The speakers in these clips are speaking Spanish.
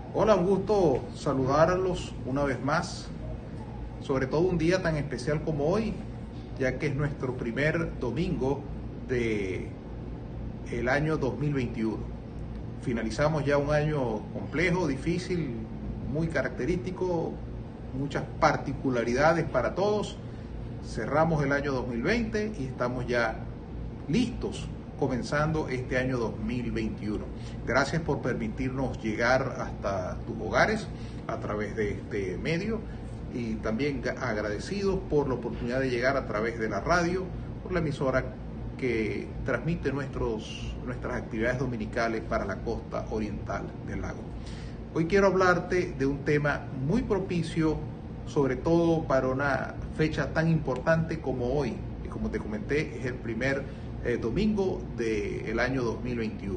Hola, un gusto saludarlos una vez más, sobre todo un día tan especial como hoy, ya que es nuestro primer domingo de el año 2021. Finalizamos ya un año complejo, difícil, muy característico, muchas particularidades para todos. Cerramos el año 2020 y estamos ya listos comenzando este año 2021. Gracias por permitirnos llegar hasta tus hogares a través de este medio y también agradecidos por la oportunidad de llegar a través de la radio, por la emisora que transmite nuestras actividades dominicales para la costa oriental del lago. Hoy quiero hablarte de un tema muy propicio, sobre todo para una fecha tan importante como hoy, y como te comenté, es el primer domingo del año 2021.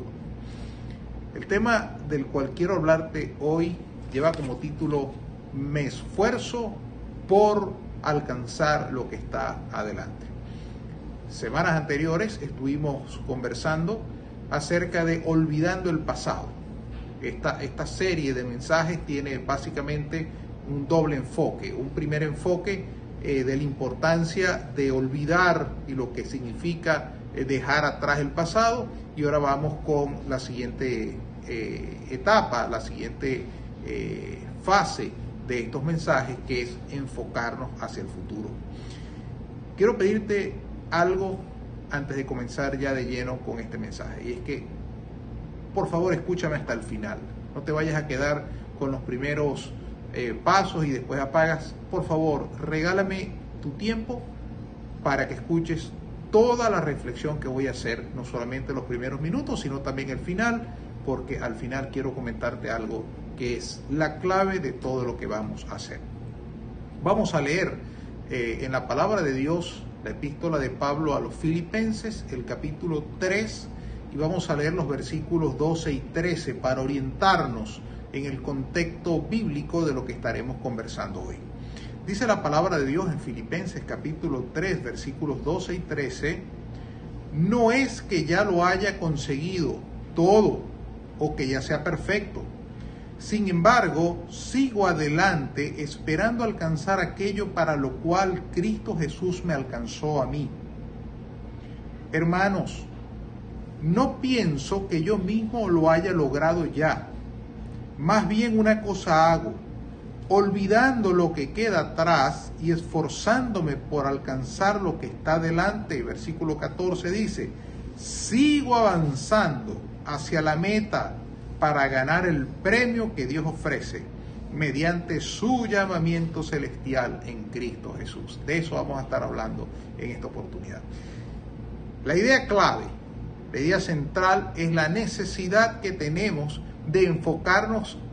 El tema del cual quiero hablarte hoy lleva como título Me esfuerzo por alcanzar lo que está adelante. Semanas anteriores estuvimos conversando acerca de olvidando el pasado. Esta serie de mensajes tiene básicamente un doble enfoque. Un primer enfoque de la importancia de olvidar y lo que significa dejar atrás el pasado, y ahora vamos con la siguiente etapa, la siguiente fase de estos mensajes, que es enfocarnos hacia el futuro. Quiero pedirte algo antes de comenzar ya de lleno con este mensaje, y es que por favor escúchame hasta el final, no te vayas a quedar con los primeros pasos y después apagas. Por favor, regálame tu tiempo para que escuches toda la reflexión que voy a hacer, no solamente los primeros minutos, sino también el final, porque al final quiero comentarte algo que es la clave de todo lo que vamos a hacer. Vamos a leer en la palabra de Dios la epístola de Pablo a los Filipenses, el capítulo 3, y vamos a leer los versículos 12 y 13 para orientarnos en el contexto bíblico de lo que estaremos conversando hoy. Dice la palabra de Dios en Filipenses capítulo 3, versículos 12 y 13, no es que ya lo haya conseguido todo o que ya sea perfecto. Sin embargo, sigo adelante esperando alcanzar aquello para lo cual Cristo Jesús me alcanzó a mí. Hermanos, no pienso que yo mismo lo haya logrado ya. Más bien una cosa hago, olvidando lo que queda atrás y esforzándome por alcanzar lo que está delante. Versículo 14 dice, sigo avanzando hacia la meta para ganar el premio que Dios ofrece mediante su llamamiento celestial en Cristo Jesús. De eso vamos a estar hablando en esta oportunidad. La idea clave, la idea central es la necesidad que tenemos de enfocar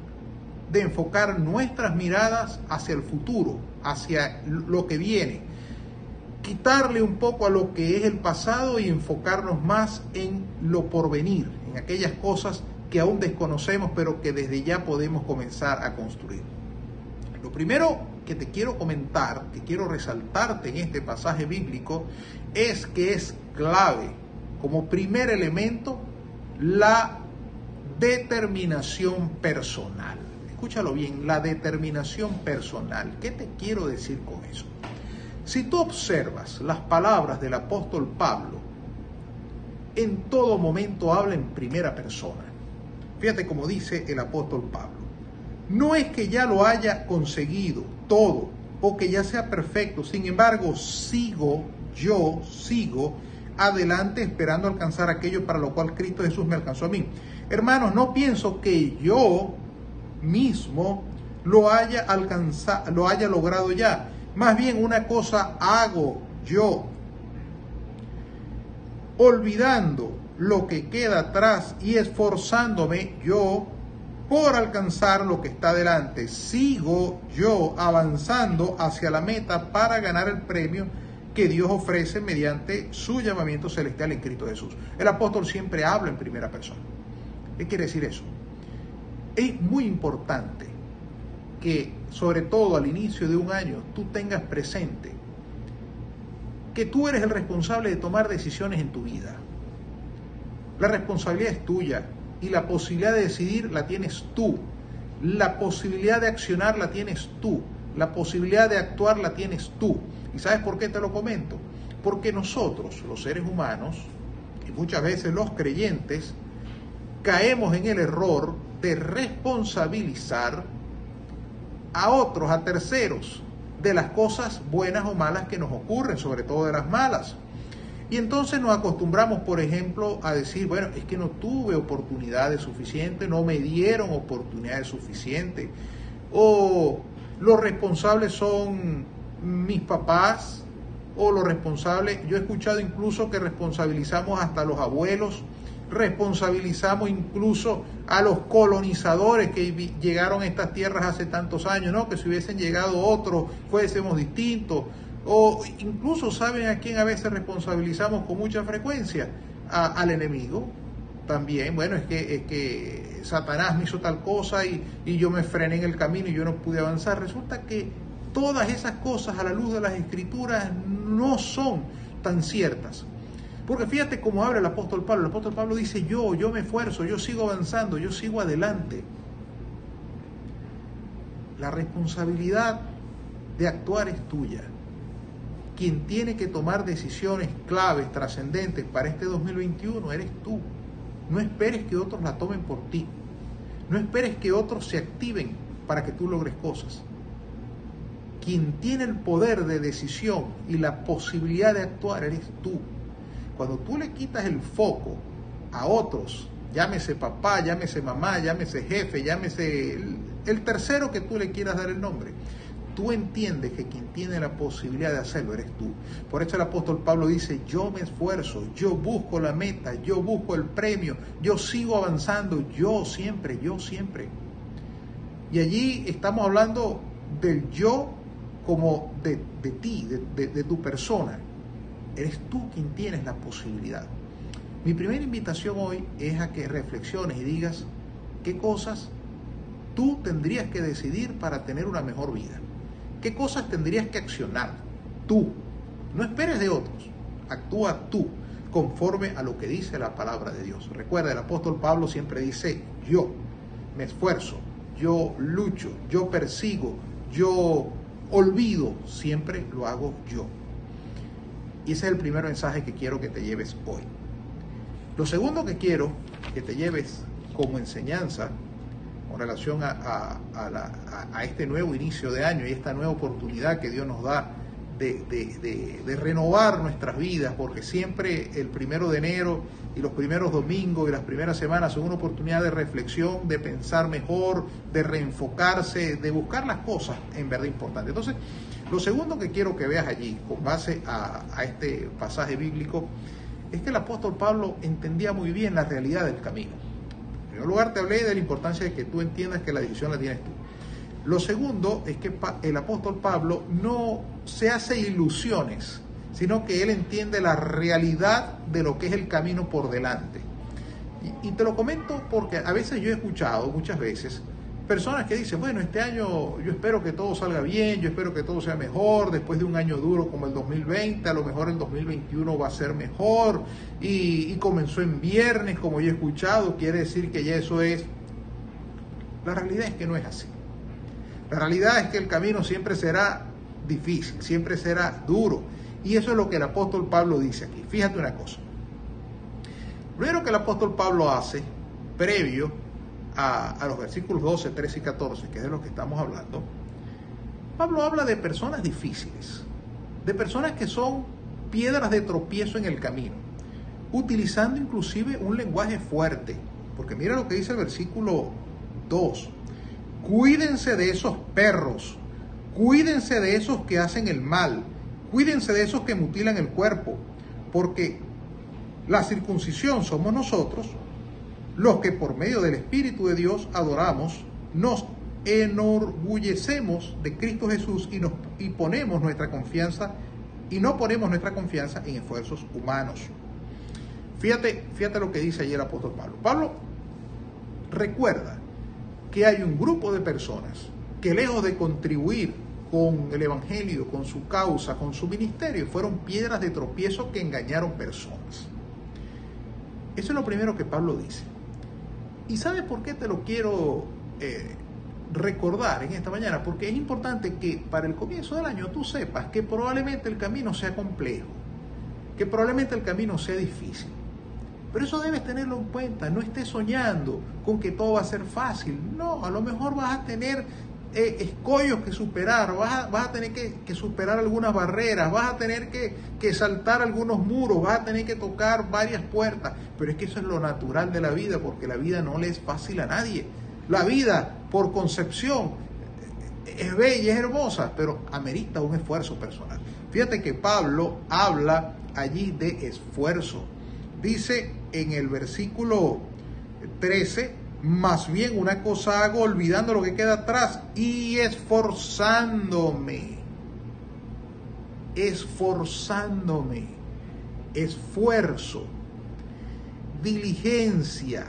nuestras miradas hacia el futuro, hacia lo que viene. Quitarle un poco a lo que es el pasado y enfocarnos más en lo porvenir, en aquellas cosas que aún desconocemos, pero que desde ya podemos comenzar a construir. Lo primero que te quiero comentar, que quiero resaltarte en este pasaje bíblico, es que es clave, como primer elemento, la determinación personal. Escúchalo bien, la determinación personal. ¿Qué te quiero decir con eso? Si tú observas las palabras del apóstol Pablo, en todo momento habla en primera persona. Fíjate cómo dice el apóstol Pablo. No es que ya lo haya conseguido todo o que ya sea perfecto, sin embargo, sigo adelante esperando alcanzar aquello para lo cual Cristo Jesús me alcanzó a mí. Hermanos, no pienso que yo mismo lo haya alcanzado, lo haya logrado ya. Más bien una cosa hago yo, olvidando lo que queda atrás y esforzándome yo por alcanzar lo que está delante. Sigo yo avanzando hacia la meta para ganar el premio que Dios ofrece mediante su llamamiento celestial en Cristo Jesús. El apóstol siempre habla en primera persona. ¿Qué quiere decir eso? Es muy importante que, sobre todo al inicio de un año, tú tengas presente que tú eres el responsable de tomar decisiones en tu vida. La responsabilidad es tuya y la posibilidad de decidir la tienes tú. La posibilidad de accionar la tienes tú. La posibilidad de actuar la tienes tú. ¿Y sabes por qué te lo comento? Porque nosotros, los seres humanos, y muchas veces los creyentes, caemos en el error de responsabilizar a otros, a terceros, de las cosas buenas o malas que nos ocurren, sobre todo de las malas. Y entonces nos acostumbramos, por ejemplo, a decir, bueno, es que no tuve oportunidades suficientes, no me dieron oportunidades suficientes, o los responsables son mis papás, o los responsables, yo he escuchado incluso que responsabilizamos hasta a los abuelos, responsabilizamos incluso a los colonizadores que llegaron a estas tierras hace tantos años, ¿no? Que si hubiesen llegado otros, fuésemos distintos. O incluso, ¿saben a quién a veces responsabilizamos con mucha frecuencia? Al enemigo también. Bueno, es que Satanás me hizo tal cosa y yo me frené en el camino y yo no pude avanzar. Resulta que todas esas cosas a la luz de las Escrituras no son tan ciertas. Porque fíjate cómo habla el apóstol Pablo. El apóstol Pablo dice, yo me esfuerzo, yo sigo avanzando, yo sigo adelante. La responsabilidad de actuar es tuya. Quien tiene que tomar decisiones claves, trascendentes para este 2021 eres tú. No esperes que otros la tomen por ti. No esperes que otros se activen para que tú logres cosas. Quien tiene el poder de decisión y la posibilidad de actuar eres tú. Cuando tú le quitas el foco a otros, llámese papá, llámese mamá, llámese jefe, llámese el tercero que tú le quieras dar el nombre, tú entiendes que quien tiene la posibilidad de hacerlo eres tú. Por eso el apóstol Pablo dice, yo me esfuerzo, yo busco la meta, yo busco el premio, yo sigo avanzando, yo siempre. Y allí estamos hablando del yo como de ti, de tu persona. Eres tú quien tienes la posibilidad. Mi primera invitación hoy es a que reflexiones y digas qué cosas tú tendrías que decidir para tener una mejor vida. ¿Qué cosas tendrías que accionar tú? No esperes de otros, actúa tú conforme a lo que dice la palabra de Dios. Recuerda, el apóstol Pablo siempre dice, yo me esfuerzo, yo lucho, yo persigo, yo olvido, siempre lo hago yo. Y ese es el primer mensaje que quiero que te lleves hoy. Lo segundo que quiero que te lleves como enseñanza con relación a este nuevo inicio de año y esta nueva oportunidad que Dios nos da de renovar nuestras vidas, porque siempre el 1 de enero y los primeros domingos y las primeras semanas son una oportunidad de reflexión, de pensar mejor, de reenfocarse, de buscar las cosas en verdad importantes. Entonces, lo segundo que quiero que veas allí, con base a este pasaje bíblico, es que el apóstol Pablo entendía muy bien la realidad del camino. En primer lugar, te hablé de la importancia de que tú entiendas que la decisión la tienes tú. Lo segundo es que el apóstol Pablo no se hace ilusiones, sino que él entiende la realidad de lo que es el camino por delante. Y te lo comento porque a veces yo he escuchado, muchas veces, personas que dicen, bueno, este año yo espero que todo salga bien, yo espero que todo sea mejor, después de un año duro como el 2020, a lo mejor el 2021 va a ser mejor, y comenzó en viernes, como yo he escuchado, quiere decir que ya eso es. La realidad es que no es así. La realidad es que el camino siempre será difícil, siempre será duro, y eso es lo que el apóstol Pablo dice aquí. Fíjate una cosa. Primero que el apóstol Pablo hace, previo a los versículos 12, 13 y 14, que es de lo que estamos hablando, Pablo habla de personas difíciles, de personas que son piedras de tropiezo en el camino, utilizando inclusive un lenguaje fuerte, porque mira lo que dice el versículo 2, cuídense de esos perros, cuídense de esos que hacen el mal, cuídense de esos que mutilan el cuerpo, porque la circuncisión somos nosotros, los que por medio del Espíritu de Dios adoramos, nos enorgullecemos de Cristo Jesús y ponemos nuestra confianza, y no ponemos nuestra confianza en esfuerzos humanos. Fíjate lo que dice allí el apóstol Pablo. Pablo recuerda que hay un grupo de personas que, lejos de contribuir con el Evangelio, con su causa, con su ministerio, fueron piedras de tropiezo que engañaron personas. Eso es lo primero que Pablo dice. ¿Y sabes por qué te lo quiero recordar en esta mañana, porque es importante que para el comienzo del año tú sepas que probablemente el camino sea complejo, que probablemente el camino sea difícil. Pero eso debes tenerlo en cuenta. No estés soñando con que todo va a ser fácil. No, a lo mejor vas a tener escollos que superar, vas a tener que superar algunas barreras, vas a tener que saltar algunos muros, vas a tener que tocar varias puertas. Pero es que eso es lo natural de la vida, porque la vida no le es fácil a nadie. La vida, por concepción, es bella, es hermosa, pero amerita un esfuerzo personal. Fíjate que Pablo habla allí de esfuerzo. Dice en el versículo 13, más bien una cosa hago olvidando lo que queda atrás y esforzándome, esfuerzo, diligencia,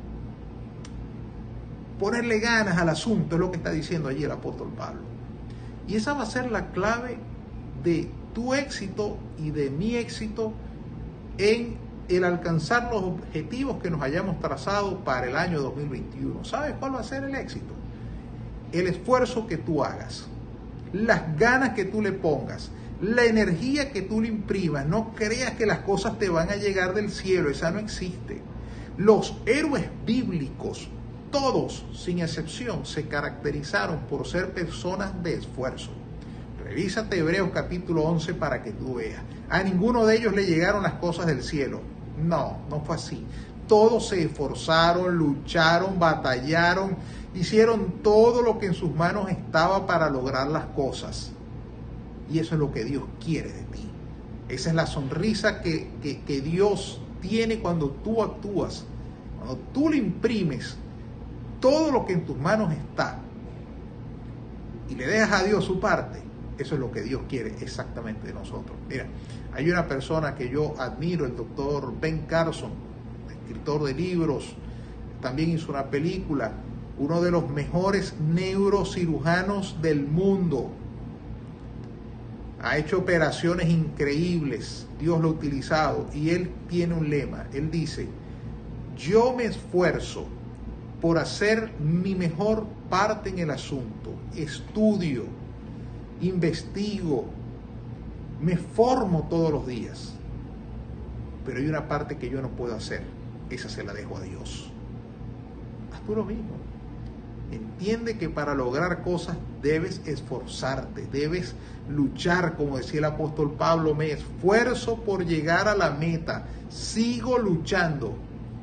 ponerle ganas al asunto, es lo que está diciendo allí el apóstol Pablo. Y esa va a ser la clave de tu éxito y de mi éxito en el alcanzar los objetivos que nos hayamos trazado para el año 2021. ¿Sabes cuál va a ser el éxito? El esfuerzo que tú hagas, las ganas que tú le pongas, la energía que tú le imprimas. No creas que las cosas te van a llegar del cielo, esa no existe. Los héroes bíblicos, todos sin excepción, se caracterizaron por ser personas de esfuerzo. Revísate Hebreos capítulo 11 para que tú veas. A ninguno de ellos le llegaron las cosas del cielo. No fue así. Todos se esforzaron, lucharon, batallaron, hicieron todo lo que en sus manos estaba para lograr las cosas. Y eso es lo que Dios quiere de ti. Esa es la sonrisa que Dios tiene cuando tú actúas. Cuando tú le imprimes todo lo que en tus manos está y le dejas a Dios su parte. Eso es lo que Dios quiere exactamente de nosotros. Mira, hay una persona que yo admiro, el doctor Ben Carson, escritor de libros, también hizo una película, uno de los mejores neurocirujanos del mundo. Ha hecho operaciones increíbles, Dios lo ha utilizado, y él tiene un lema. Él dice: yo me esfuerzo por hacer mi mejor parte en el asunto, estudio, investigo, me formo todos los días, pero hay una parte que yo no puedo hacer, esa se la dejo a Dios. Haz tú lo mismo. Entiende que para lograr cosas debes esforzarte, debes luchar, como decía el apóstol Pablo: me esfuerzo por llegar a la meta, sigo luchando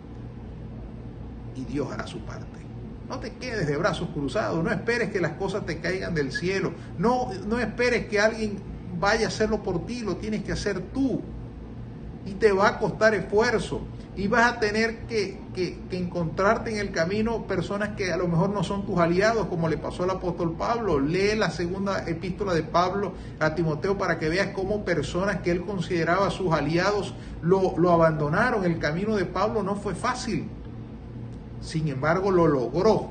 y Dios hará su parte. No te quedes de brazos cruzados, no esperes que las cosas te caigan del cielo, no esperes que alguien vaya a hacerlo por ti, lo tienes que hacer tú. Y te va a costar esfuerzo, y vas a tener que encontrarte en el camino personas que a lo mejor no son tus aliados, como le pasó al apóstol Pablo. Lee la segunda epístola de Pablo a Timoteo para que veas cómo personas que él consideraba sus aliados lo abandonaron. El camino de Pablo no fue fácil. Sin embargo, lo logró.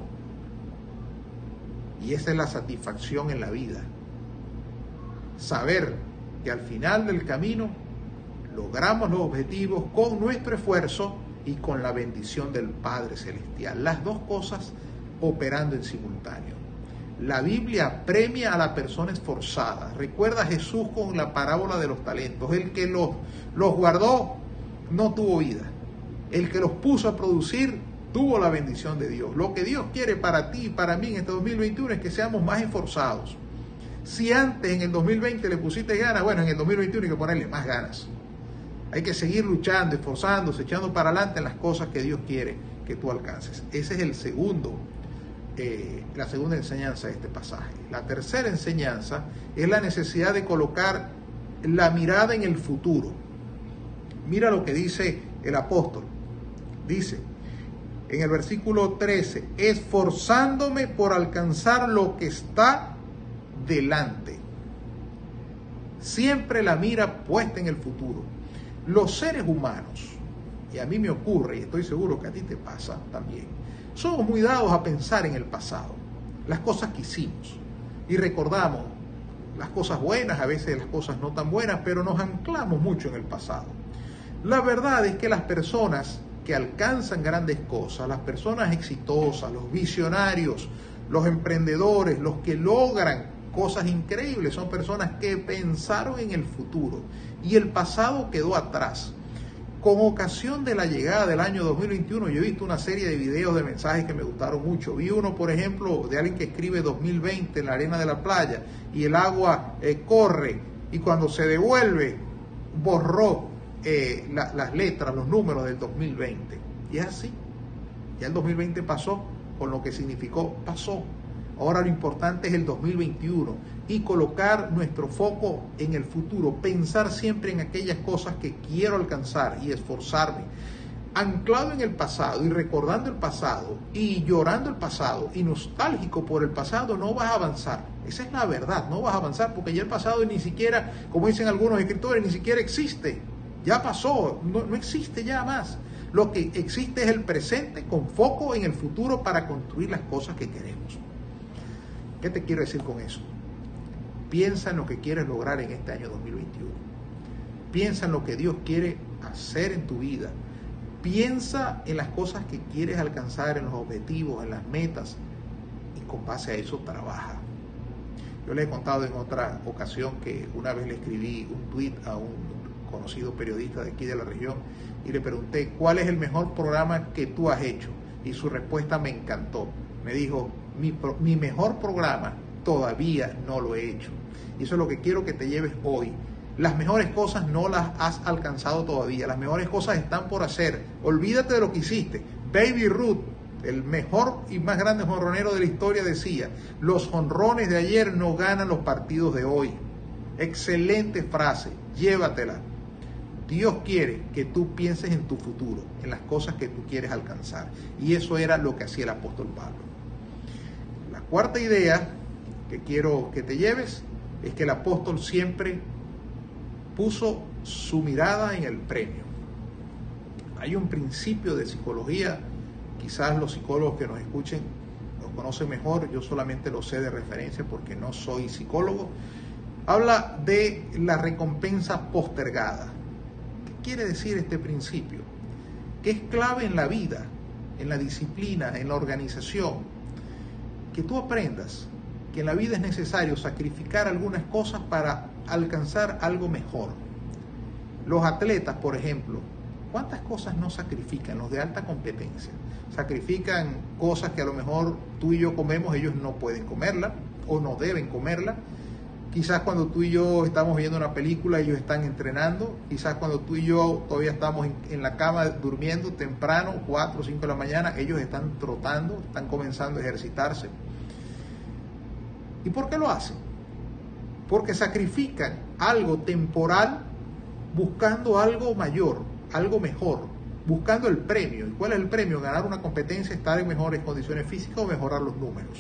Y esa es la satisfacción en la vida. Saber que al final del camino logramos los objetivos con nuestro esfuerzo y con la bendición del Padre Celestial. Las dos cosas operando en simultáneo. La Biblia premia a la persona esforzada. Recuerda a Jesús con la parábola de los talentos. El que los guardó no tuvo vida. El que los puso a producir tuvo la bendición de Dios. Lo que Dios quiere para ti y para mí en este 2021 es que seamos más esforzados. Si antes en el 2020 le pusiste ganas, bueno, en el 2021 hay que ponerle más ganas. Hay que seguir luchando, esforzándose, echando para adelante en las cosas que Dios quiere que tú alcances. Ese es la segunda enseñanza de este pasaje. La tercera enseñanza es la necesidad de colocar la mirada en el futuro. Mira lo que dice el apóstol. Dice en el versículo 13: esforzándome por alcanzar lo que está delante. Siempre la mira puesta en el futuro. Los seres humanos, y a mí me ocurre, y estoy seguro que a ti te pasa también, somos muy dados a pensar en el pasado, las cosas que hicimos, y recordamos las cosas buenas, a veces las cosas no tan buenas, pero nos anclamos mucho en el pasado. La verdad es que las personas que alcanzan grandes cosas, las personas exitosas, los visionarios, Los emprendedores, los que logran cosas increíbles, son personas que pensaron en el futuro y el pasado quedó atrás. Con ocasión de la llegada del año 2021, yo he visto una serie de videos de mensajes que me gustaron mucho. Vi uno, por ejemplo, de alguien que escribe 2020 en la arena de la playa y el agua corre y cuando se devuelve borró las letras, los números del 2020. Y es así. Ya el 2020 pasó, con lo que significó, pasó. Ahora lo importante es el 2021 y colocar nuestro foco en el futuro, pensar siempre en aquellas cosas que quiero alcanzar y esforzarme. Anclado en el pasado y recordando el pasado y llorando el pasado y nostálgico por el pasado, no vas a avanzar. Esa es la verdad, no vas a avanzar porque ya el pasado ni siquiera, como dicen algunos escritores, ni siquiera existe. Ya pasó, no existe ya más. Lo que existe es el presente con foco en el futuro para construir las cosas que queremos. ¿Qué te quiero decir con eso? Piensa en lo que quieres lograr en este año 2021. Piensa en lo que Dios quiere hacer en tu vida. Piensa en las cosas que quieres alcanzar, en los objetivos, en las metas, y con base a eso trabaja. Yo le he contado en otra ocasión que una vez le escribí un tweet a un conocido periodista de aquí de la región y le pregunté ¿cuál es el mejor programa que tú has hecho? Y su respuesta me encantó. Me dijo, mi mejor programa todavía no lo he hecho. Y eso es lo que quiero que te lleves hoy. Las mejores cosas no las has alcanzado todavía. Las mejores cosas están por hacer. Olvídate de lo que hiciste. Baby Ruth, el mejor y más grande jonronero de la historia, decía, los jonrones de ayer no ganan los partidos de hoy. Excelente frase, llévatela. Dios quiere que tú pienses en tu futuro, en las cosas que tú quieres alcanzar. Y eso era lo que hacía el apóstol Pablo. La cuarta idea que quiero que te lleves es que el apóstol siempre puso su mirada en el premio. Hay un principio de psicología, quizás los psicólogos que nos escuchen lo conocen mejor, yo solamente lo sé de referencia porque no soy psicólogo. Habla de la recompensa postergada. ¿Qué quiere decir este principio? Que es clave en la vida, en la disciplina, en la organización, que tú aprendas que en la vida es necesario sacrificar algunas cosas para alcanzar algo mejor. Los atletas, por ejemplo, ¿cuántas cosas no sacrifican? Los de alta competencia. Sacrifican cosas que a lo mejor tú y yo comemos, ellos no pueden comerla o no deben comerla. Quizás cuando tú y yo estamos viendo una película, ellos están entrenando. Quizás cuando tú y yo todavía estamos en la cama durmiendo temprano, 4 o 5 de la mañana, ellos están trotando, están comenzando a ejercitarse. ¿Y por qué lo hacen? Porque sacrifican algo temporal buscando algo mayor, algo mejor, buscando el premio. ¿Y cuál es el premio? Ganar una competencia, estar en mejores condiciones físicas o mejorar los números.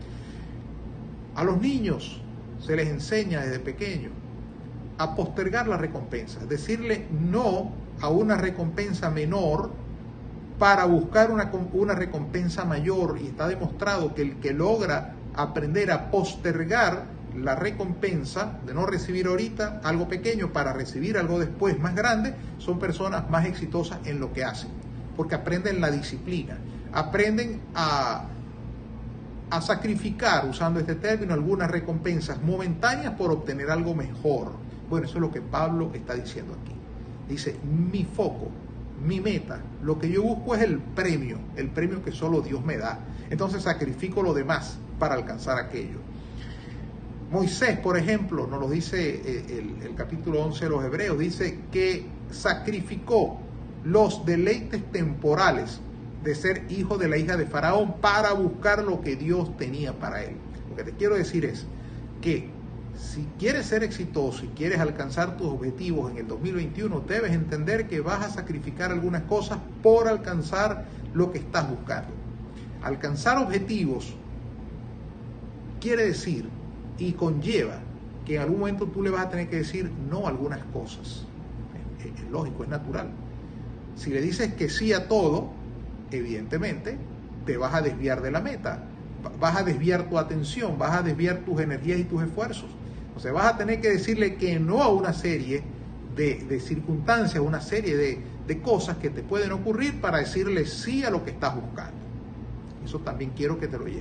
A los niños se les enseña desde pequeño a postergar la recompensa, decirle no a una recompensa menor para buscar una recompensa mayor, y está demostrado que el que logra aprender a postergar la recompensa de no recibir ahorita algo pequeño para recibir algo después más grande, son personas más exitosas en lo que hacen, porque aprenden la disciplina, aprenden a sacrificar, usando este término, algunas recompensas momentáneas por obtener algo mejor. Bueno, eso es lo que Pablo está diciendo aquí. Dice, mi foco, mi meta, lo que yo busco es el premio que solo Dios me da. Entonces sacrifico lo demás para alcanzar aquello. Moisés, por ejemplo, nos lo dice el capítulo 11 de los Hebreos, dice que sacrificó los deleites temporales de ser hijo de la hija de Faraón para buscar lo que Dios tenía para él. Lo que te quiero decir es que si quieres ser exitoso y quieres alcanzar tus objetivos en el 2021, debes entender que vas a sacrificar algunas cosas por alcanzar lo que estás buscando. Alcanzar objetivos quiere decir y conlleva que en algún momento tú le vas a tener que decir no a algunas cosas. Es lógico, es natural. Si le dices que sí a todo, evidentemente te vas a desviar de la meta, vas a desviar tu atención, vas a desviar tus energías y tus esfuerzos. O sea, vas a tener que decirle que no a una serie de circunstancias, una serie de cosas que te pueden ocurrir para decirle sí a lo que estás buscando. Eso también quiero que te lo lleves.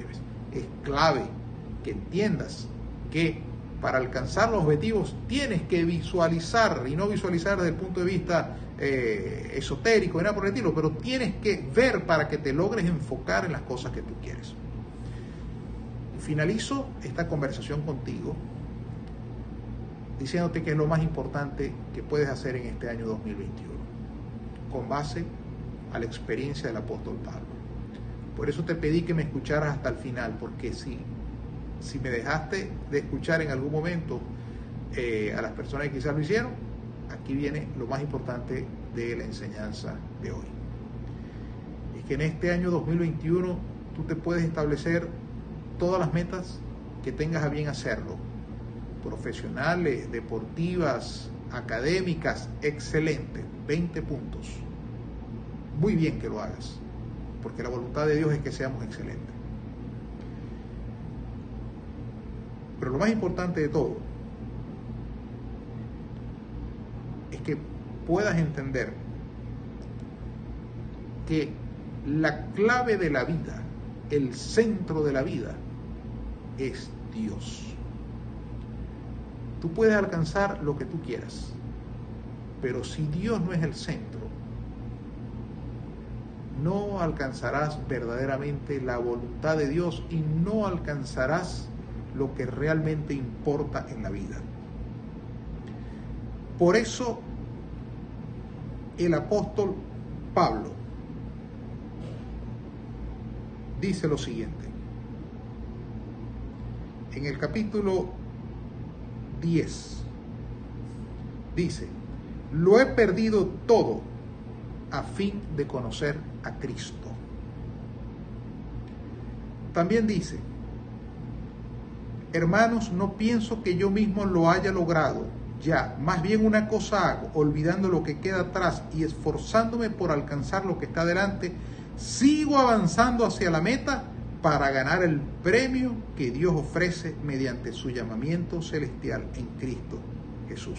es clave que entiendas que para alcanzar los objetivos tienes que visualizar, y no visualizar desde el punto de vista esotérico, nada por el estilo, pero tienes que ver para que te logres enfocar en las cosas que tú quieres. Y finalizo esta conversación contigo diciéndote que es lo más importante que puedes hacer en este año 2021, con base a la experiencia del apóstol Pablo. Por eso te pedí que me escucharas hasta el final, porque si me dejaste de escuchar en algún momento a las personas que quizás lo hicieron, aquí viene lo más importante de la enseñanza de hoy. Es que en este año 2021 tú te puedes establecer todas las metas que tengas a bien hacerlo, profesionales, deportivas, académicas, excelente, 20 puntos. Muy bien que lo hagas, porque la voluntad de Dios es que seamos excelentes. Pero lo más importante de todo es que puedas entender que la clave de la vida, el centro de la vida, es Dios. Tú puedes alcanzar lo que tú quieras, pero si Dios no es el centro, no alcanzarás verdaderamente la voluntad de Dios y no alcanzarás lo que realmente importa en la vida. Por eso el apóstol Pablo dice lo siguiente en el capítulo 10, dice: lo he perdido todo a fin de conocer a Cristo. También dice: hermanos, no pienso que yo mismo lo haya logrado ya, más bien una cosa hago, olvidando lo que queda atrás y esforzándome por alcanzar lo que está delante, sigo avanzando hacia la meta para ganar el premio que Dios ofrece mediante su llamamiento celestial en Cristo Jesús.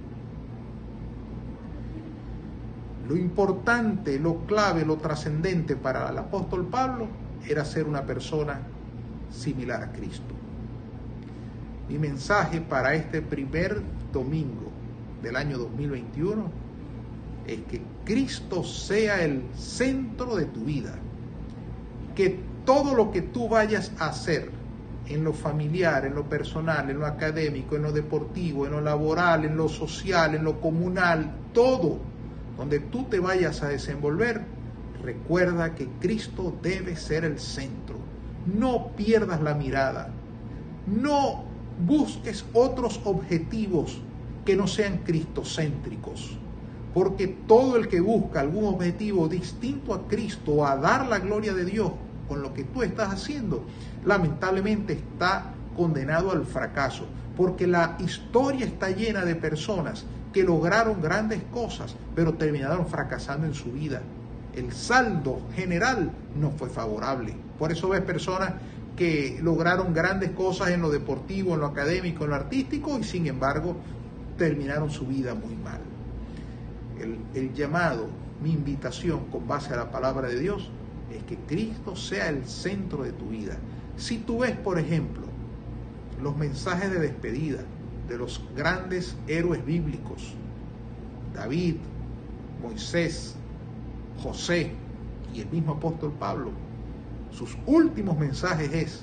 Lo importante, lo clave, lo trascendente para el apóstol Pablo era ser una persona similar a Cristo. Mi mensaje para este primer domingo del año 2021 es que Cristo sea el centro de tu vida, que todo lo que tú vayas a hacer en lo familiar, en lo personal, en lo académico, en lo deportivo, en lo laboral, en lo social, en lo comunal, todo donde tú te vayas a desenvolver, recuerda que Cristo debe ser el centro. No pierdas la mirada. No busques otros objetivos que no sean cristocéntricos. Porque todo el que busca algún objetivo distinto a Cristo, a dar la gloria de Dios con lo que tú estás haciendo, lamentablemente está condenado al fracaso. Porque la historia está llena de personas que lograron grandes cosas, pero terminaron fracasando en su vida. El saldo general no fue favorable. Por eso ves personas que lograron grandes cosas en lo deportivo, en lo académico, en lo artístico, y sin embargo terminaron su vida muy mal. El llamado, mi invitación con base a la palabra de Dios, es que Cristo sea el centro de tu vida. Si tú ves, por ejemplo, los mensajes de despedida de los grandes héroes bíblicos, David, Moisés, José y el mismo apóstol Pablo, sus últimos mensajes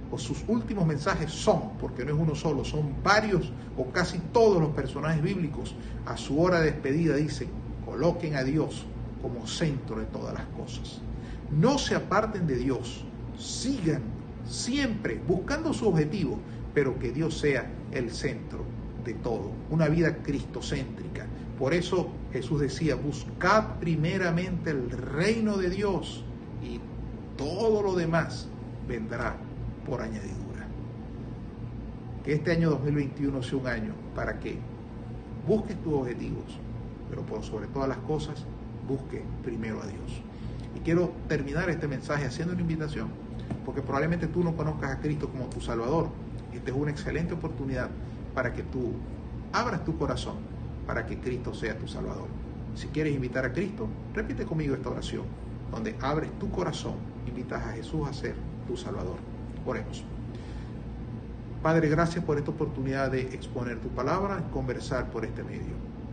son, porque no es uno solo, son varios o casi todos los personajes bíblicos, a su hora de despedida dicen: coloquen a Dios como centro de todas las cosas. No se aparten de Dios, sigan siempre buscando su objetivo, pero que Dios sea el centro de todo, una vida cristocéntrica. Por eso Jesús decía: buscad primeramente el reino de Dios y todo lo demás vendrá por añadidura. Que este año 2021 sea un año para que busques tus objetivos, pero por sobre todas las cosas, busque primero a Dios. Y quiero terminar este mensaje haciendo una invitación, porque probablemente tú no conozcas a Cristo como tu Salvador. Esta es una excelente oportunidad para que tú abras tu corazón para que Cristo sea tu Salvador. Si quieres invitar a Cristo, repite conmigo esta oración, donde abres tu corazón, invitas a Jesús a ser tu Salvador. Oremos. Padre, gracias por esta oportunidad de exponer tu palabra y conversar por este medio.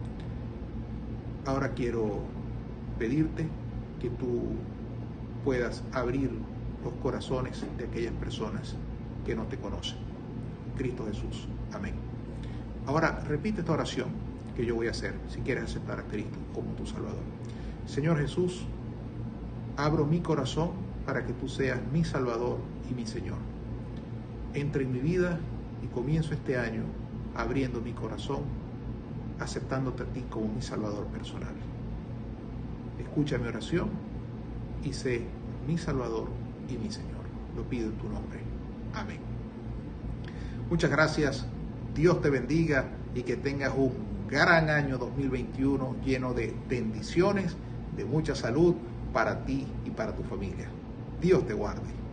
Ahora quiero pedirte que tú puedas abrir los corazones de aquellas personas que no te conocen. Cristo Jesús. Amén. Ahora repite esta oración que yo voy a hacer si quieres aceptar a Cristo como tu Salvador. Señor Jesús, abro mi corazón para que tú seas mi Salvador y mi Señor. Entra en mi vida y comienzo este año abriendo mi corazón, aceptándote a ti como mi Salvador personal. Escucha mi oración y sé mi Salvador y mi Señor. Lo pido en tu nombre. Amén. Muchas gracias. Dios te bendiga y que tengas un gran año 2021 lleno de bendiciones, de mucha salud para ti y para tu familia. Dios te guarde.